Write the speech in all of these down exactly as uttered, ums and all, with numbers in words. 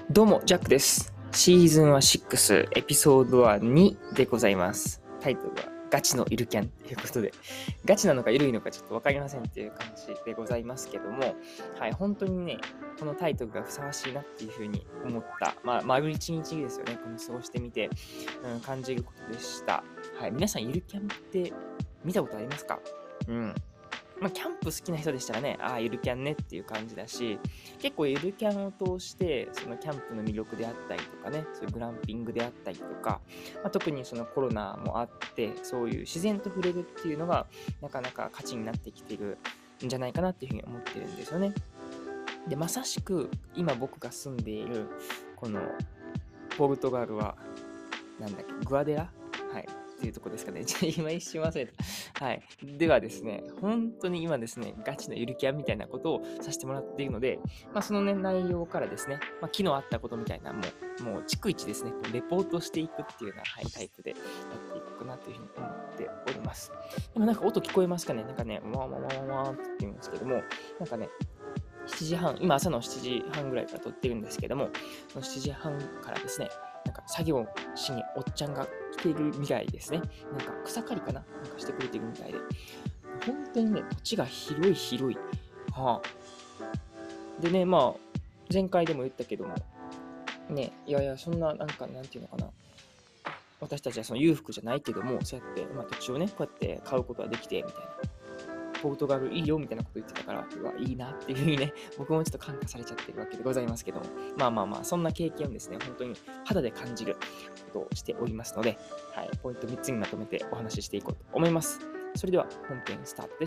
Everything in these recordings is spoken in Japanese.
どうも、ジャックです。シーズンはろく、エピソードはにでございます。タイトルはガチのゆるキャンということで、ガチなのかゆるいのかちょっとわかりませんっていう感じでございますけども、はい、本当にね、このタイトルがふさわしいなっていうふうに思った、まあ、丸一日ですよね、この過ごしてみて、うん、感じることでした。はい、皆さんゆるキャンって見たことありますか？うん。まあ、キャンプ好きな人でしたらね、ああ、ゆるキャンねっていう感じだし、結構ゆるキャンを通して、そのキャンプの魅力であったりとかね、そういうグランピングであったりとか、まあ、特にそのコロナもあって、そういう自然と触れるっていうのが、なかなか価値になってきてるんじゃないかなっていうふうに思ってるんですよね。で、まさしく今僕が住んでいる、このポルトガルは、なんだっけ、グアデラはい。っていうとこですかね。今一瞬忘れた。はい。ではですね、本当に今ですね、ガチのゆるキャンみたいなことをさせてもらっているので、まあ、そのね、内容からですね、まあ、昨日あったことみたいな、もう、もう、逐一ですね、こうレポートしていくっていうような、はい、タイプでやっていこうかなというふうに思っております。でもなんか音聞こえますかね？なんかね、わーわーわーわーって言ってるんですけども、なんかね、しちじはん、今朝のしちじはんぐらいから撮ってるんですけども、そのしちじはんからですね、なんか作業しにおっちゃんが来ているみたいですね。なんか草刈りかななんかしてくれてるみたいで。本当にね、土地が広い広い。はあ。でね、まあ、前回でも言ったけども、ね、いやいや、そんな、なんか、なんていうのかな。私たちはその裕福じゃないけども、そうやって、まあ、土地をね、こうやって買うことができて、みたいな。ポルトガルいいよみたいなこと言ってたから、うわ、いいなっていうふうにね、僕もちょっと感化されちゃってるわけでございますけども、まあまあまあ、そんな経験をですね、本当に肌で感じることをしておりますので、はい、ポイントみっつにまとめてお話ししていこうと思います。それでは本編スタートです。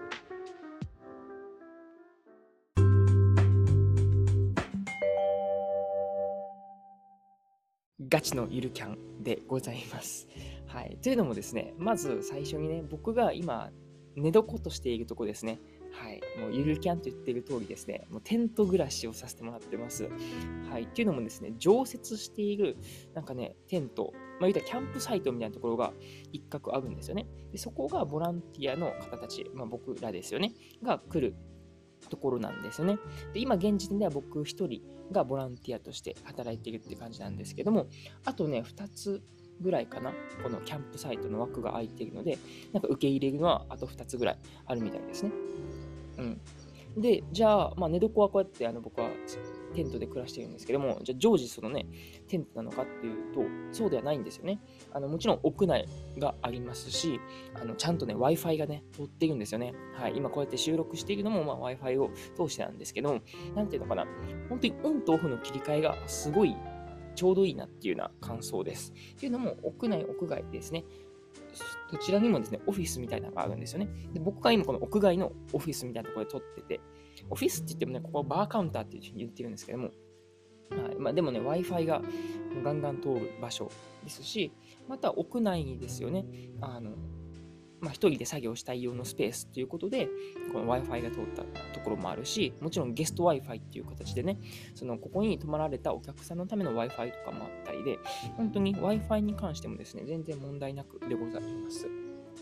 ガチのゆるキャンでございます。はい。というのもですね、まず最初にね、僕が今、寝床としているとこですね。はい。もうゆるキャンと言っている通りですね、もうテント暮らしをさせてもらってます。はい。っていうのもですね、常設している、なんかね、テント、まあ言うたらキャンプサイトみたいなところが一角あるんですよね。でそこがボランティアの方たち、まあ僕らですよね、が来るところなんですよね。で、今現時点では僕一人がボランティアとして働いているって感じなんですけども、あとね、ふたつぐらいかな、このキャンプサイトの枠が空いているので、なんか受け入れるのはあとふたつぐらいあるみたいですね。うん。で、じゃあ、まあ、寝床はこうやってあの僕はテントで暮らしてるんですけども、じゃあ常時そのね、テントなのかっていうと、そうではないんですよね。あのもちろん屋内がありますし、あのちゃんとね、Wi-Fi がね、通っているんですよね。はい。今こうやって収録しているのも、まあ、Wi-Fi を通してなんですけども、なんていうのかな、本当にオンとオフの切り替えがすごいちょうどいいなっていうような感想です。っていうのも、屋内、屋外ですね。どちらにもですね、オフィスみたいなのがあるんですよね。で僕が今この屋外のオフィスみたいなところで撮ってて、オフィスって言ってもね、ここはバーカウンターっていうふうに言ってるんですけども、はいまあ、でもね、Wi-Fi がガンガン通る場所ですし、また屋内にですよね、あの、まあ、一人で作業したい用のスペースっていうことで、この Wi-Fi が通ったところもあるし、もちろんゲスト Wi-Fi っていう形でね、そのここに泊まられたお客さんのための Wi-Fi とかもあったりで、本当に Wi-Fi に関してもですね、全然問題なくでございます。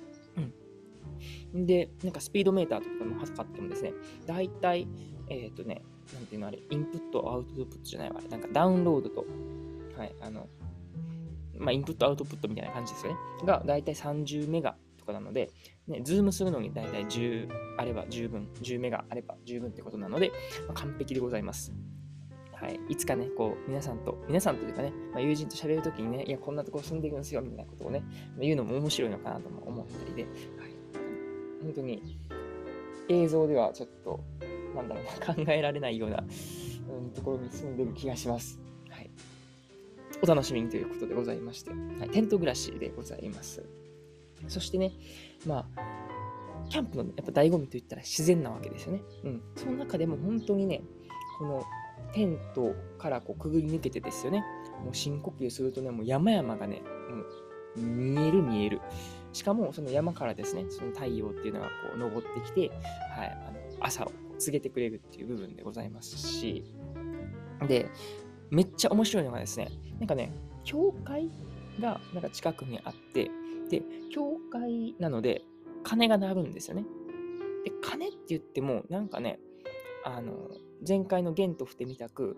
うん。で、なんかスピードメーターとかも測ってもですね、だいたい、えっ、とね、なんていうのあれ、インプット、アウトプットじゃないわ、あれ、なんかダウンロードと、はい、あの、まあ、インプット、アウトプットみたいな感じですよね。が、だいたいさんじゅうメガとかなので、ね、ズームするのにだいたいじゅうあれば十分、じゅうメガあれば十分ってことなので、まあ、完璧でございます。はい、いつかね、こう、皆さんと、皆さんというかね、まあ、友人と喋るときにね、いや、こんなとこ住んでるんですよ、みたいなことをね、言うのも面白いのかなとも思ったりで、はい、本当に映像ではちょっと、なんだろうな、考えられないような、うん、ところに住んでる気がします。はい。お楽しみにということでございまして、はい、テント暮らしでございます。そしてね、まあ、キャンプのやっぱ醍醐味といったら自然なわけですよね。うん。その中でも本当にね、このテントからこうくぐり抜けてですよね、もう深呼吸するとね、もう山々がね、もう見える見える。しかもその山からですね、その太陽っていうのがこう昇ってきて、はい、あの朝を告げてくれるっていう部分でございますし、で、めっちゃ面白いのがですね、なんかね、教会がなんか近くにあって、で、教会なので鐘が鳴るんですよね。で、鐘って言っても、なんかね、あの、前回のゲントフテみたく、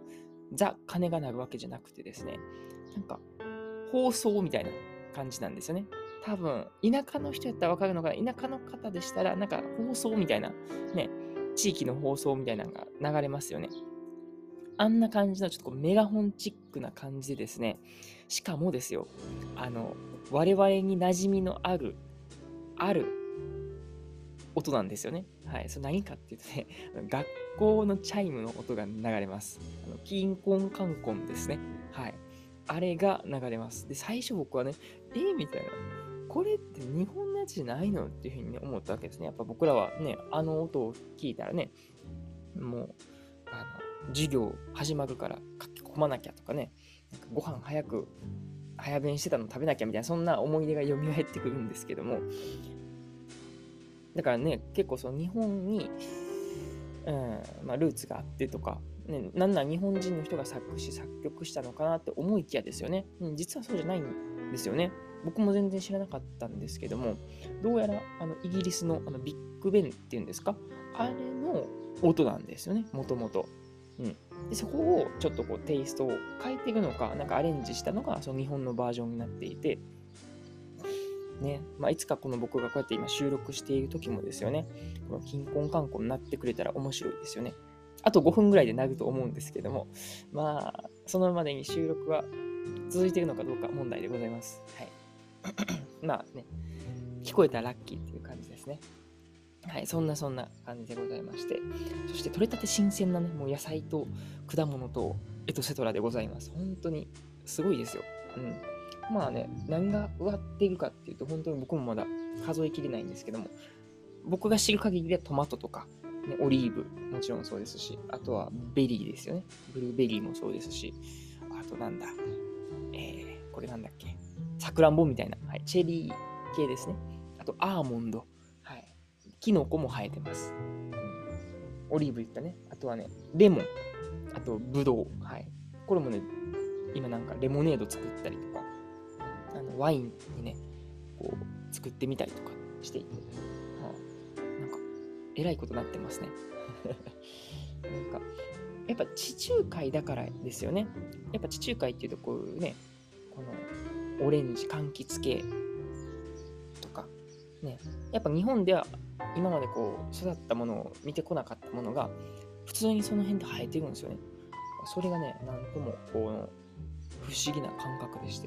ザ・鐘が鳴るわけじゃなくてですね、なんか放送みたいな感じなんですよね。多分、田舎の人やったらわかるのかな。田舎の方でしたら、なんか放送みたいな、ね、地域の放送みたいなのが流れますよね。あんな感じのちょっとこうメガホンチックな感じでですね、しかもですよ、あの、我々に馴染みのある、ある音なんですよね。はい。それ何かっていうとね、学校のチャイムの音が流れます。あのキンコンカンコンですね。はい。あれが流れます。で、最初僕はね、えー、みたいな。これって日本のやつじゃないのっていうふうに、ね、思ったわけですね。やっぱ僕らはね、あの音を聞いたらね、もう、あの、授業始まるから書き込まなきゃとかね、なんかご飯早く、早弁してたの食べなきゃみたいな、そんな思い出が蘇ってくるんですけども、だからね、結構その日本に、うんまあ、ルーツがあってとか、ね、なんなら日本人の人が作詞作曲したのかなって思いきやですよね、うん、実はそうじゃないんですよね。僕も全然知らなかったんですけども、どうやらあのイギリスのあのビッグベンっていうんですか、あれの音なんですよね、もともと。うん、でそこをちょっとこうテイストを変えていくのか、なんかアレンジしたのがその日本のバージョンになっていて、ね、まあ、いつかこの僕がこうやって今収録している時もですよね、この金婚観光になってくれたら面白いですよね。あとごふんぐらいでなると思うんですけども、まあ、そのまでに収録は続いているのかどうか問題でございます。はい。まあね、聞こえたらラッキーっていう感じですね。はい、そんなそんな感じでございまして、そして取れたて新鮮なね、もう野菜と果物とエトセトラでございます。本当にすごいですよ。うん。まあね、何が植わっているかっていうと、本当に僕もまだ数えきれないんですけども、僕が知る限りでトマトとか、ね、オリーブもちろんそうですし、あとはベリーですよね。ブルーベリーもそうですし、あとなんだ、えー、これなんだっけ、さくらんぼみたいな、はい、チェリー系ですね。あとアーモンド、はい、キノコも生えてます。うん、オリーブ言ったね。あとはね、レモン、あとブドウ、はい。これもね、今なんかレモネード作ったりとか、あのワインにね、こう作ってみたりとかしていて、はあ、なんかえらいことになってますね。なんかやっぱ地中海だからですよね。やっぱ地中海っていうとこういうね、このオレンジ柑橘系とかね、やっぱ日本では今までこう育ったものを見てこなかったものが普通にその辺で生えてるんですよね。それがね、なんともこう不思議な感覚でして。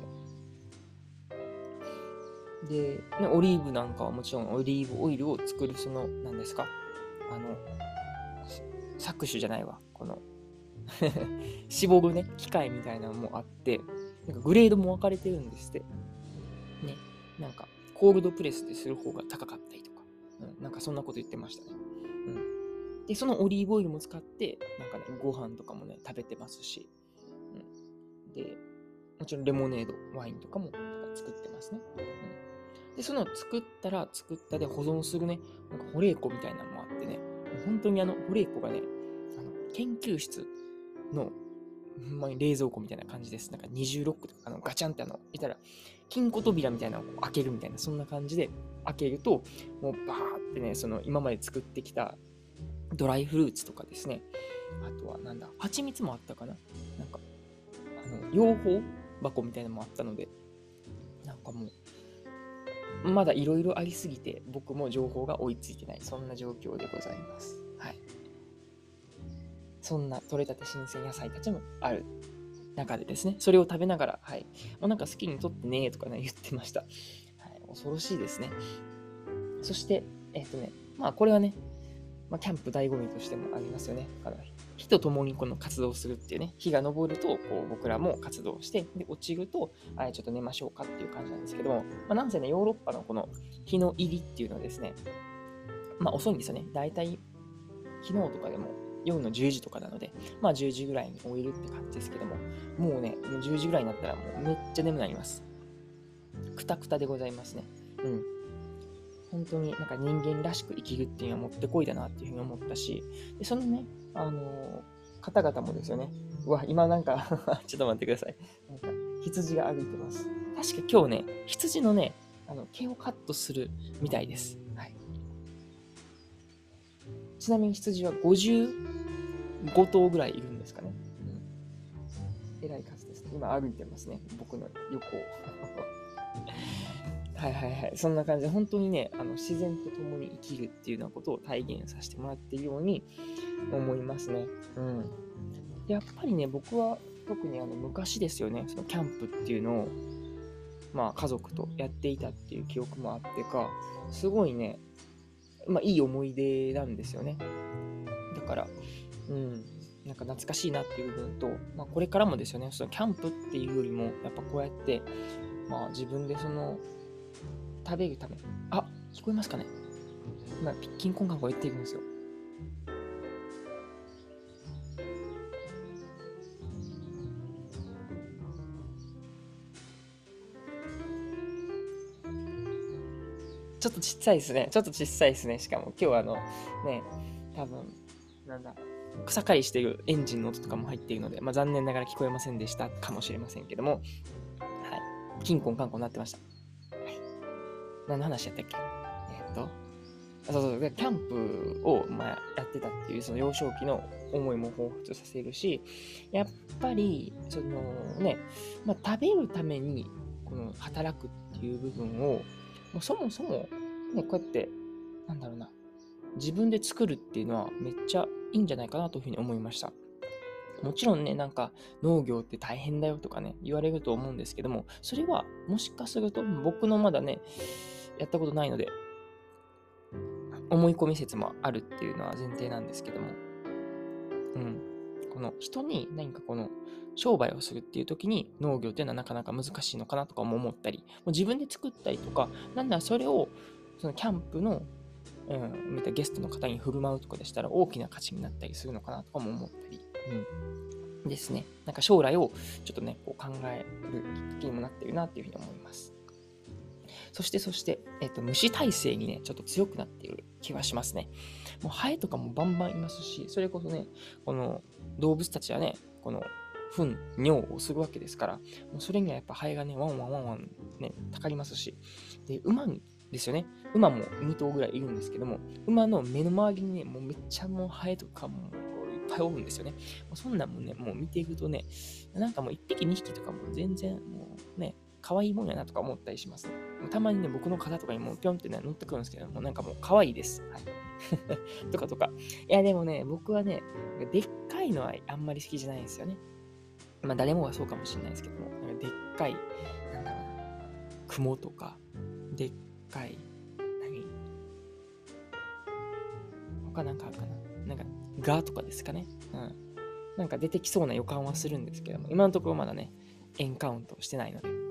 で、ね、オリーブなんかはもちろんオリーブオイルを作るその、何ですか、あの、搾取じゃないわ、この絞るね、機械みたいなのもあって、なんかグレードも分かれてるんですって。ね、なんかコールドプレスでする方が高かったりとか、うん、なんかそんなこと言ってましたね。うん。で、そのオリーブオイルも使って、なんかね、ご飯とかもね、食べてますし、うん。で、もちろんレモネード、ワインとかも作ってますね。うん。で、その作ったら作ったで保存するね、なんか保冷庫みたいなのもあってね、本当にあの保冷庫がね、あの研究室のほんまに冷蔵庫みたいな感じです。なんかにじゅうロックとか、あのガチャンってあの、いたら、金庫扉みたいなのを開けるみたいな、そんな感じで開けると、もうバーってね、その今まで作ってきたドライフルーツとかですね、あとはなんだ、蜂蜜もあったかな、なんか、あの、養蜂箱みたいなのもあったので、なんかもう、まだいろいろありすぎて、僕も情報が追いついてない、そんな状況でございます。はい。そんな取れたて新鮮野菜たちもある中でですね、それを食べながら、はい、もうなんか好きにとってねとかね、言ってました。はい、恐ろしいですね。そして、えっとね、まあこれはね、まあ、キャンプ醍醐味としてもありますよね。だから火と共にこの活動するっていうね、火が昇るとこう僕らも活動して、で落ちると、あちょっと寝ましょうかっていう感じなんですけども、まあ、なんせね、ヨーロッパのこの日の入りっていうのはですね、まあ遅いんですよね。だいたい昨日とかでも夜のじゅうじとかなので、まあじゅうじぐらいに終えるって感じですけども、もうね、もうじゅうじぐらいになったらもうめっちゃ眠くなります。くたくたでございますね。うん。本当になんか人間らしく生きるっていうのはもってこいだなっていうふうに思ったし、でそのね、あのー、方々もですよね。うわ、今なんかちょっと待ってください。なんか羊が歩いてます。確か今日ね、羊のね、あの毛をカットするみたいです。はい。ちなみに羊はごじゅうご頭ぐらいいるんですかね。 えらい数ですね。今歩いてますね。僕の横を。はいはいはい。そんな感じで、本当にね、あの自然と共に生きるっていうようなことを体現させてもらっているように思いますね。うん。でやっぱりね、僕は特にあの昔ですよね、そのキャンプっていうのを、まあ家族とやっていたっていう記憶もあってか、すごいね、まあいい思い出なんですよね。だから、うん、なんか懐かしいなっていう部分と、まあこれからもですよね、そのキャンプっていうよりも、やっぱこうやって、まあ自分でその、食べるため、あ、聞こえますかね？今、ピッキンコンカンが言っているんですよ。ちょっとちっちゃいですね。ちょっとちっさいですね。しかも今日はあの、ね、多分、なんだ、草刈りしているエンジンの音とかも入っているので、まあ、残念ながら聞こえませんでしたかもしれませんけども、はい。キンコンカンコンなってました。はい。何の話やったっけ？えーっと、あそうそう、でキャンプを、まあ、やってたっていう、その幼少期の思いも彷彿させるし、やっぱり、そのね、まあ、食べるために、この働くっていう部分を、もうそもそも、ね、こうやって、なんだろうな、自分で作るっていうのはめっちゃいいんじゃないかなというふうに思いました。もちろんね、なんか農業って大変だよとかね、言われると思うんですけども、それはもしかすると僕のまだね、やったことないので、思い込み説もあるっていうのは前提なんですけども、うん。この人に何かこの商売をするっていう時に農業っていうのはなかなか難しいのかなとかも思ったり、もう自分で作ったりとか、なんならそれをそのキャンプの、うん、見たゲストの方に振る舞うとかでしたら大きな価値になったりするのかなとかも思ったり、うん、ですね。なんか将来をちょっとね、こう考えるきっかけにもなっているなっていうふうに思います。そしてそして、えっと、虫耐性にね、ちょっと強くなっている気はしますね。もうハエとかもバンバンいますし、それこそね、この動物たちはね、この糞、尿をするわけですから、もうそれにはやっぱハエがね、ワンワンワンワンね、たかりますし、で、馬ですよね。馬もに頭ぐらいいるんですけども、馬の目の周りにね、もうめっちゃもうハエとかもいっぱいおるんですよね。もうそんなんもね、もう見ていくとね、なんかもういっぴきにひきとかも全然もうね、可愛いもんやなとか思ったりしますね。たまにね、僕の肩とかにもぴょんってね、乗ってくるんですけども、なんかもう可愛いです。はい。とかとか。いや、でもね、僕はね、でっかいのはあんまり好きじゃないんですよね。まあ、誰もがそうかもしれないですけども、なんかでっかい、なんだろうな、雲とか、でっかい、何他なんかあるかな。なんか、ガとかですかね。うん。なんか出てきそうな予感はするんですけども、今のところまだね、エンカウントしてないので、はい、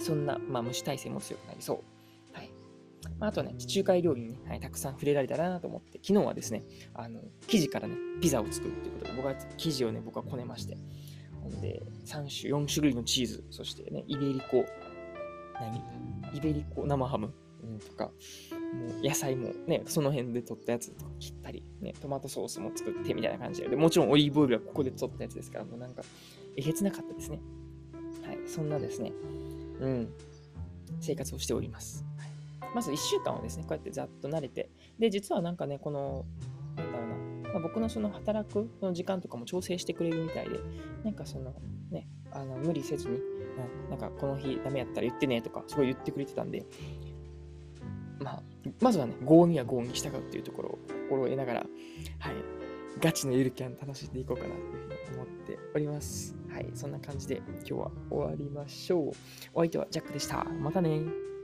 そんな、まあ、虫耐性も強くなりそう。はい。まあ、あとね、地中海料理にね、はい、たくさん触れられたらなと思って、昨日はですね、あの、生地からね、ピザを作るっていうことで、僕は生地をね、僕はこねまして、ほんで、さん種、よん種類のチーズ、そしてね、イベリコ、何イベリコ生ハム、うん、とか、もう野菜もね、その辺で取ったやつとか切ったり、ね、トマトソースも作ってみたいな感じで、でもちろんオリーブオイルはここで取ったやつですから、もうなんか、えげつなかったですね。はい、そんなですね、うん、生活をしております。はい、まずいっしゅうかんはですね、こうやってざっと慣れて、で、実はなんかね、この、なんだろうな、まあ、僕のその働くの時間とかも調整してくれるみたいで、なんかそのね、あの無理せずに、うん、なんかこの日ダメやったら言ってねとか、すごい言ってくれてたんで、まあ、まずはね、合には合に従うっていうところを心得ながら、はい、ガチのゆるキャン楽しんでいこうかなというふうに思っております。はい、そんな感じで今日は終わりましょう。お相手はジャックでした。またね。